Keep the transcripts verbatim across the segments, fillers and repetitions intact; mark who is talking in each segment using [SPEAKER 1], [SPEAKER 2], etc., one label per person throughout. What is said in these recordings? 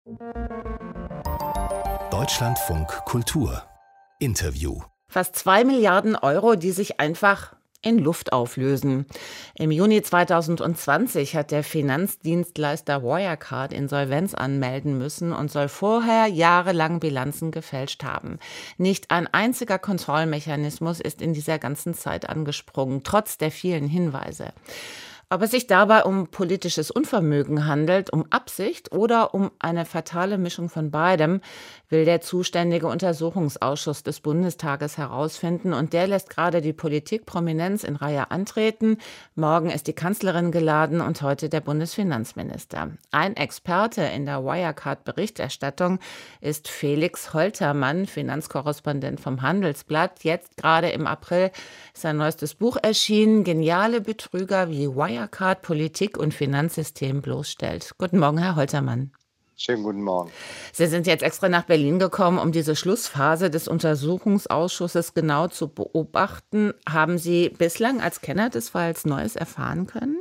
[SPEAKER 1] Deutschlandfunk Kultur Interview.
[SPEAKER 2] Fast zwei Milliarden Euro, die sich einfach in Luft auflösen. Im Juni zweitausendzwanzig hat der Finanzdienstleister Wirecard Insolvenz anmelden müssen und soll vorher jahrelang Bilanzen gefälscht haben. Nicht ein einziger Kontrollmechanismus ist in dieser ganzen Zeit angesprungen, trotz der vielen Hinweise. Ob es sich dabei um politisches Unvermögen handelt, um Absicht oder um eine fatale Mischung von beidem, will der zuständige Untersuchungsausschuss des Bundestages herausfinden. Und der lässt gerade die Politikprominenz in Reihe antreten. Morgen ist die Kanzlerin geladen und heute der Bundesfinanzminister. Ein Experte in der Wirecard-Berichterstattung ist Felix Holtermann, Finanzkorrespondent vom Handelsblatt. Jetzt gerade im April ist sein neuestes Buch erschienen, Geniale Betrüger, wie Wirecard Politik und Finanzsystem bloßstellt. Guten Morgen, Herr Holtermann.
[SPEAKER 3] Schönen guten Morgen.
[SPEAKER 2] Sie sind jetzt extra nach Berlin gekommen, um diese Schlussphase des Untersuchungsausschusses genau zu beobachten. Haben Sie bislang als Kenner des Falls Neues erfahren können?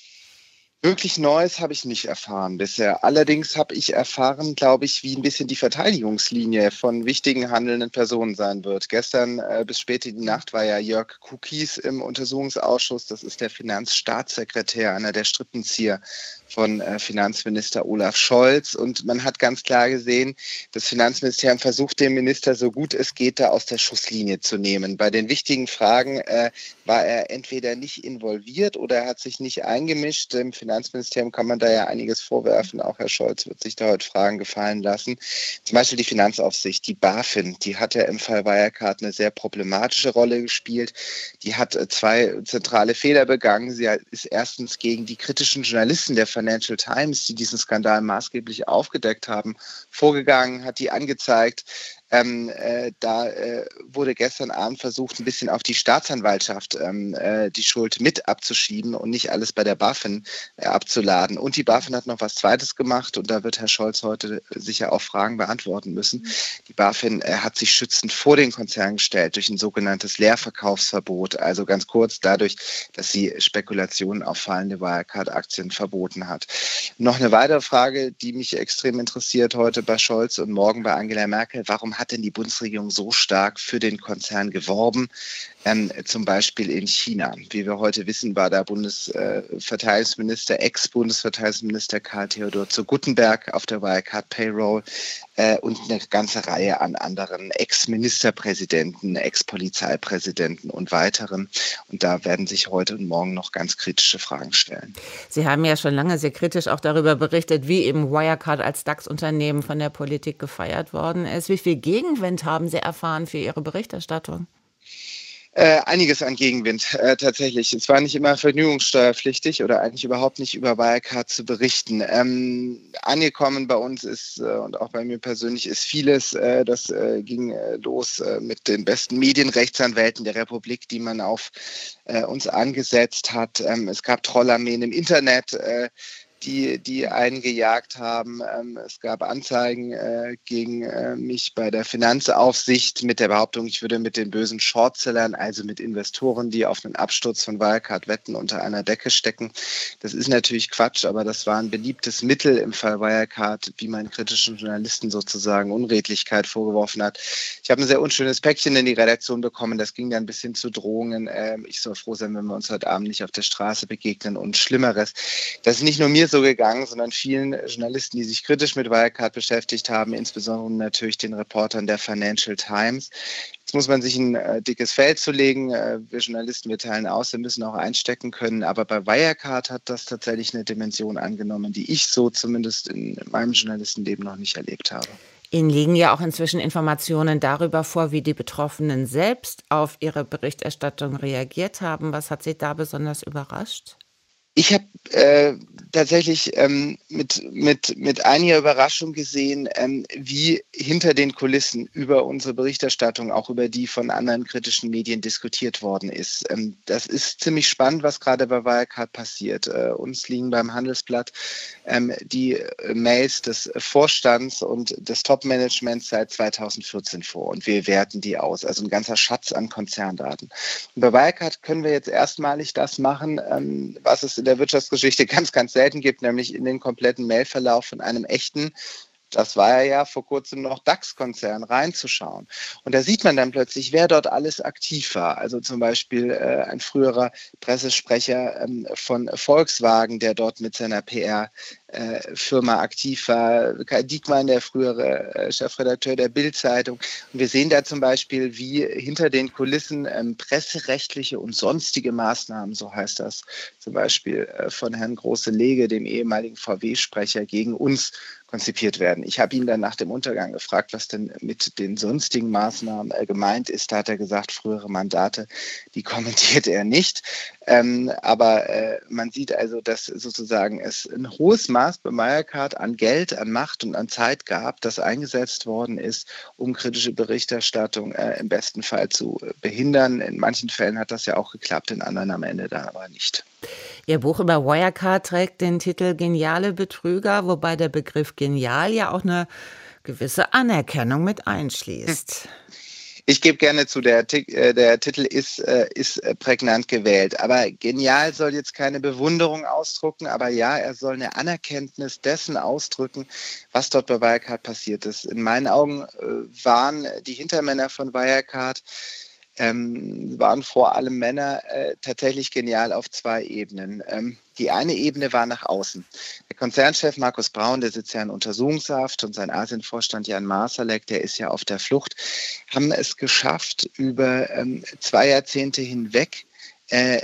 [SPEAKER 3] Wirklich Neues habe ich nicht erfahren bisher. Allerdings habe ich erfahren, glaube ich, wie ein bisschen die Verteidigungslinie von wichtigen handelnden Personen sein wird. Gestern äh, bis spät in die Nacht war ja Jörg Kukies im Untersuchungsausschuss. Das ist der Finanzstaatssekretär, einer der Strippenzieher von äh, Finanzminister Olaf Scholz. Und man hat ganz klar gesehen, das Finanzministerium versucht, den Minister so gut es geht da aus der Schusslinie zu nehmen. Bei den wichtigen Fragen äh, war er entweder nicht involviert oder er hat sich nicht eingemischt. Im Finanzministerium kann man da ja einiges vorwerfen. Auch Herr Scholz wird sich da heute Fragen gefallen lassen. Zum Beispiel die Finanzaufsicht, die BaFin, die hat ja im Fall Wirecard eine sehr problematische Rolle gespielt. Die hat äh, zwei zentrale Fehler begangen. Sie ist erstens gegen die kritischen Journalisten der Financial Times, die diesen Skandal maßgeblich aufgedeckt haben, vorgegangen, hat die angezeigt. Ähm, äh, da äh, wurde gestern Abend versucht, ein bisschen auf die Staatsanwaltschaft ähm, äh, die Schuld mit abzuschieben und nicht alles bei der BaFin äh, abzuladen. Und die BaFin hat noch was Zweites gemacht und da wird Herr Scholz heute sicher auch Fragen beantworten müssen. Die BaFin äh, hat sich schützend vor den Konzern gestellt durch ein sogenanntes Leerverkaufsverbot. Also ganz kurz dadurch, dass sie Spekulationen auf fallende Wirecard-Aktien verboten hat. Noch eine weitere Frage, die mich extrem interessiert heute bei Scholz und morgen bei Angela Merkel. Warum hat denn die Bundesregierung so stark für den Konzern geworben, ähm, zum Beispiel in China? Wie wir heute wissen, war der Bundesverteidigungsminister, Ex-Bundesverteidigungsminister Karl Theodor zu Guttenberg auf der Wirecard Payroll äh, und eine ganze Reihe an anderen Ex-Ministerpräsidenten, Ex-Polizeipräsidenten und weiteren. Und da werden sich heute und morgen noch ganz kritische Fragen stellen.
[SPEAKER 2] Sie haben ja schon lange sehr kritisch auch darüber berichtet, wie eben Wirecard als DAX-Unternehmen von der Politik gefeiert worden ist. Wie viel Gegenwind haben Sie erfahren für Ihre Berichterstattung?
[SPEAKER 3] Äh, einiges an Gegenwind, äh, tatsächlich. Es war nicht immer vergnügungssteuerpflichtig oder eigentlich überhaupt nicht über Wirecard zu berichten. Ähm, angekommen bei uns ist äh, und auch bei mir persönlich ist vieles. Äh, das äh, ging äh, los äh, mit den besten Medienrechtsanwälten der Republik, die man auf äh, uns angesetzt hat. Ähm, es gab Trollarmeen im Internet, äh, die, die einen gejagt haben. Ähm, es gab Anzeigen äh, gegen äh, mich bei der Finanzaufsicht mit der Behauptung, ich würde mit den bösen Shortsellern, also mit Investoren, die auf einen Absturz von Wirecard wetten, unter einer Decke stecken. Das ist natürlich Quatsch, aber das war ein beliebtes Mittel im Fall Wirecard, wie man kritischen Journalisten sozusagen Unredlichkeit vorgeworfen hat. Ich habe ein sehr unschönes Päckchen in die Redaktion bekommen. Das ging dann bis hin zu Drohungen. Ähm, ich soll froh sein, wenn wir uns heute Abend nicht auf der Straße begegnen und Schlimmeres. Das ist nicht nur mir so gegangen, sondern vielen Journalisten, die sich kritisch mit Wirecard beschäftigt haben, insbesondere natürlich den Reportern der Financial Times. Jetzt muss man sich ein äh, dickes Fell zulegen. Äh, wir Journalisten, wir teilen aus, wir müssen auch einstecken können. Aber bei Wirecard hat das tatsächlich eine Dimension angenommen, die ich so zumindest in meinem Journalistenleben noch nicht erlebt habe.
[SPEAKER 2] Ihnen liegen ja auch inzwischen Informationen darüber vor, wie die Betroffenen selbst auf Ihre Berichterstattung reagiert haben. Was hat Sie da besonders überrascht?
[SPEAKER 3] Ich habe äh, tatsächlich ähm, mit, mit, mit einiger Überraschung gesehen, ähm, wie hinter den Kulissen über unsere Berichterstattung, auch über die von anderen kritischen Medien diskutiert worden ist. Ähm, das ist ziemlich spannend, was gerade bei Wirecard passiert. Äh, uns liegen beim Handelsblatt ähm, die äh, Mails des Vorstands und des Top-Managements seit zweitausendvierzehn vor und wir werten die aus. Also ein ganzer Schatz an Konzerndaten. Und bei Wirecard können wir jetzt erstmalig das machen, ähm, was es in der Wirtschaftsgeschichte ganz, ganz selten gibt, nämlich in den kompletten Mailverlauf von einem echten das war er ja vor kurzem noch DAX-Konzern, reinzuschauen. Und da sieht man dann plötzlich, wer dort alles aktiv war. Also zum Beispiel äh, ein früherer Pressesprecher ähm, von Volkswagen, der dort mit seiner P R-Firma aktiv war. Kai Diekmann, der frühere äh, Chefredakteur der Bild-Zeitung. Und wir sehen da zum Beispiel, wie hinter den Kulissen ähm, presserechtliche und sonstige Maßnahmen, so heißt das, zum Beispiel äh, von Herrn Große-Lege, dem ehemaligen V W-Sprecher, gegen uns konzipiert werden. Ich habe ihn dann nach dem Untergang gefragt, was denn mit den sonstigen Maßnahmen äh, gemeint ist. Da hat er gesagt, frühere Mandate, die kommentiert er nicht. Ähm, aber äh, man sieht also, dass sozusagen es ein hohes Maß bei Wirecard an Geld, an Macht und an Zeit gab, das eingesetzt worden ist, um kritische Berichterstattung äh, im besten Fall zu äh, behindern. In manchen Fällen hat das ja auch geklappt, in anderen am Ende dann aber nicht.
[SPEAKER 2] Ihr Buch über Wirecard trägt den Titel Geniale Betrüger, wobei der Begriff genial ja auch eine gewisse Anerkennung mit einschließt.
[SPEAKER 3] Ich gebe gerne zu, der, der Titel ist, ist prägnant gewählt. Aber genial soll jetzt keine Bewunderung ausdrücken, aber ja, er soll eine Anerkenntnis dessen ausdrücken, was dort bei Wirecard passiert ist. In meinen Augen waren die Hintermänner von Wirecard Ähm, waren vor allem Männer äh, tatsächlich genial auf zwei Ebenen. Ähm, die eine Ebene war nach außen. Der Konzernchef Markus Braun, der sitzt ja in Untersuchungshaft, und sein Asienvorstand Jan Marsalek, der ist ja auf der Flucht, haben es geschafft, über ähm, zwei Jahrzehnte hinweg Äh,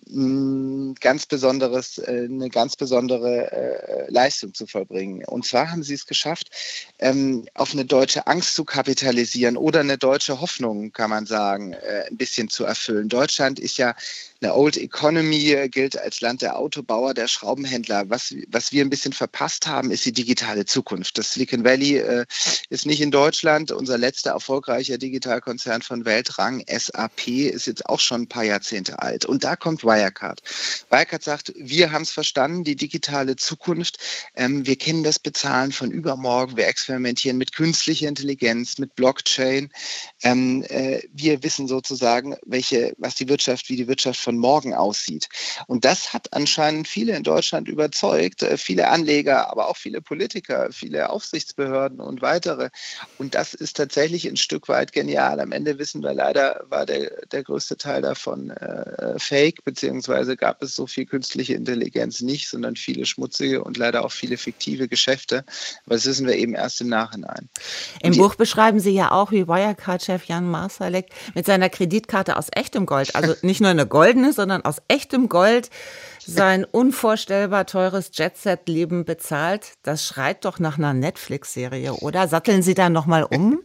[SPEAKER 3] ein ganz besonderes, äh, eine ganz besondere äh, Leistung zu vollbringen. Und zwar haben sie es geschafft, ähm, auf eine deutsche Angst zu kapitalisieren oder eine deutsche Hoffnung, kann man sagen, äh, ein bisschen zu erfüllen. Deutschland ist ja eine Old Economy, äh, gilt als Land der Autobauer, der Schraubenhändler. Was, was wir ein bisschen verpasst haben, ist die digitale Zukunft. Das Silicon Valley äh, ist nicht in Deutschland. Unser letzter erfolgreicher Digitalkonzern von Weltrang, S A P, ist jetzt auch schon ein paar Jahrzehnte alt. Und da kommt Wirecard. Wirecard sagt, wir haben es verstanden, die digitale Zukunft. Ähm, wir kennen das Bezahlen von übermorgen. Wir experimentieren mit künstlicher Intelligenz, mit Blockchain. Ähm, äh, wir wissen sozusagen, welche, was die Wirtschaft, wie die Wirtschaft von morgen aussieht. Und das hat anscheinend viele in Deutschland überzeugt. Äh, viele Anleger, aber auch viele Politiker, viele Aufsichtsbehörden und weitere. Und das ist tatsächlich ein Stück weit genial. Am Ende wissen wir leider, war der, der größte Teil davon äh, Fake, beziehungsweise gab es so viel künstliche Intelligenz nicht, sondern viele schmutzige und leider auch viele fiktive Geschäfte. Aber das wissen wir eben erst im Nachhinein.
[SPEAKER 2] Im Buch beschreiben Sie ja auch, wie Wirecard-Chef Jan Marsalek mit seiner Kreditkarte aus echtem Gold, also nicht nur eine goldene, sondern aus echtem Gold, sein unvorstellbar teures Jet-Set-Leben bezahlt. Das schreit doch nach einer Netflix-Serie, oder? Satteln Sie da nochmal um?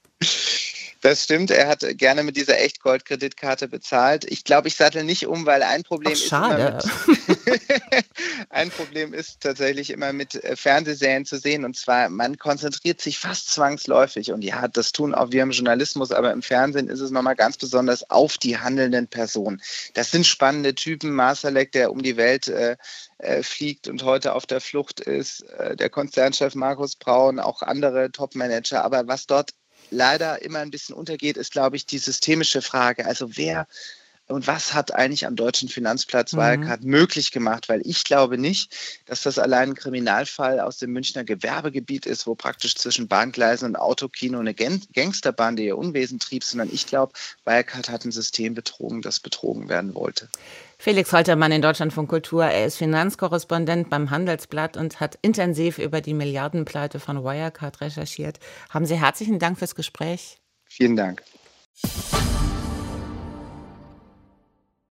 [SPEAKER 3] Das stimmt, er hat gerne mit dieser Echtgold-Kreditkarte bezahlt. Ich glaube, ich sattel nicht um, weil ein Problem
[SPEAKER 2] Ach,
[SPEAKER 3] ist
[SPEAKER 2] schade.
[SPEAKER 3] immer mit, ein Problem ist tatsächlich immer mit Fernsehserien zu sehen, und zwar, man konzentriert sich fast zwangsläufig, und ja, das tun auch wir im Journalismus, aber im Fernsehen ist es nochmal ganz besonders auf die handelnden Personen. Das sind spannende Typen. Marsalek, der um die Welt äh, äh, fliegt und heute auf der Flucht ist, äh, der Konzernchef Markus Braun, auch andere Topmanager, aber was dort leider immer ein bisschen untergeht, ist, glaube ich, die systemische Frage. Also wer und was hat eigentlich am deutschen Finanzplatz Wirecard mhm. möglich gemacht? Weil ich glaube nicht, dass das allein ein Kriminalfall aus dem Münchner Gewerbegebiet ist, wo praktisch zwischen Bahngleisen und Autokino eine Gangsterbande ihr Unwesen trieb, sondern ich glaube, Wirecard hat ein System betrogen, das betrogen werden wollte.
[SPEAKER 2] Felix Holtermann in Deutschlandfunk Kultur. Er ist Finanzkorrespondent beim Handelsblatt und hat intensiv über die Milliardenpleite von Wirecard recherchiert. Haben Sie herzlichen Dank fürs Gespräch.
[SPEAKER 3] Vielen Dank.